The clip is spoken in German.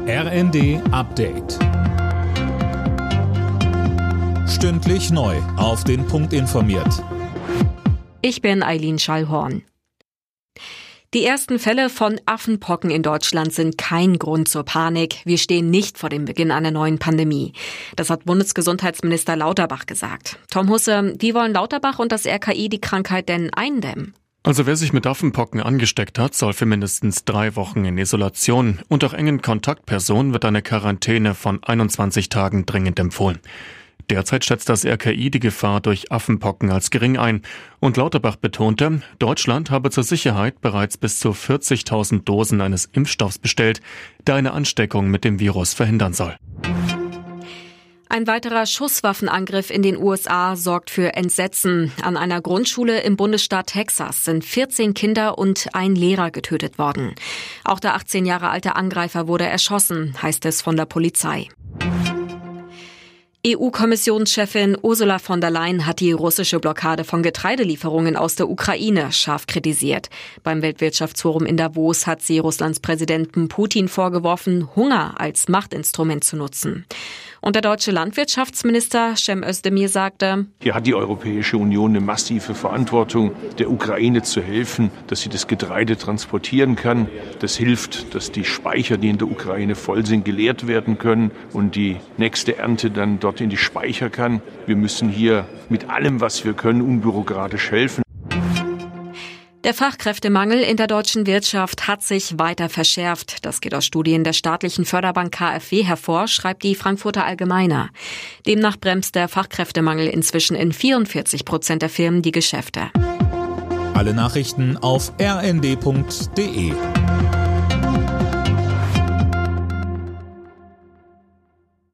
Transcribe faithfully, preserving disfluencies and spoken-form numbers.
R N D Update. Stündlich neu auf den Punkt informiert. Ich bin Eileen Schallhorn. Die ersten Fälle von Affenpocken in Deutschland sind kein Grund zur Panik. Wir stehen nicht vor dem Beginn einer neuen Pandemie. Das hat Bundesgesundheitsminister Lauterbach gesagt. Tom Husse, wie wollen Lauterbach und das R K I die Krankheit denn eindämmen? Also wer sich mit Affenpocken angesteckt hat, soll für mindestens drei Wochen in Isolation. Und auch engen Kontaktpersonen wird eine Quarantäne von einundzwanzig Tagen dringend empfohlen. Derzeit schätzt das R K I die Gefahr durch Affenpocken als gering ein. Und Lauterbach betonte, Deutschland habe zur Sicherheit bereits bis zu vierzigtausend Dosen eines Impfstoffs bestellt, der eine Ansteckung mit dem Virus verhindern soll. Ein weiterer Schusswaffenangriff in den U S A sorgt für Entsetzen. An einer Grundschule im Bundesstaat Texas sind vierzehn Kinder und ein Lehrer getötet worden. Auch der achtzehn Jahre alte Angreifer wurde erschossen, heißt es von der Polizei. E U-Kommissionschefin Ursula von der Leyen hat die russische Blockade von Getreidelieferungen aus der Ukraine scharf kritisiert. Beim Weltwirtschaftsforum in Davos hat sie Russlands Präsidenten Putin vorgeworfen, Hunger als Machtinstrument zu nutzen. Und der deutsche Landwirtschaftsminister Cem Özdemir sagte, hier hat die Europäische Union eine massive Verantwortung, der Ukraine zu helfen, dass sie das Getreide transportieren kann. Das hilft, dass die Speicher, die in der Ukraine voll sind, geleert werden können und die nächste Ernte dann dort in die Speicher kann. Wir müssen hier mit allem, was wir können, unbürokratisch helfen. Der Fachkräftemangel in der deutschen Wirtschaft hat sich weiter verschärft. Das geht aus Studien der staatlichen Förderbank K f W hervor, schreibt die Frankfurter Allgemeine. Demnach bremst der Fachkräftemangel inzwischen in vierundvierzig Prozent der Firmen die Geschäfte. Alle Nachrichten auf r n d punkt d e.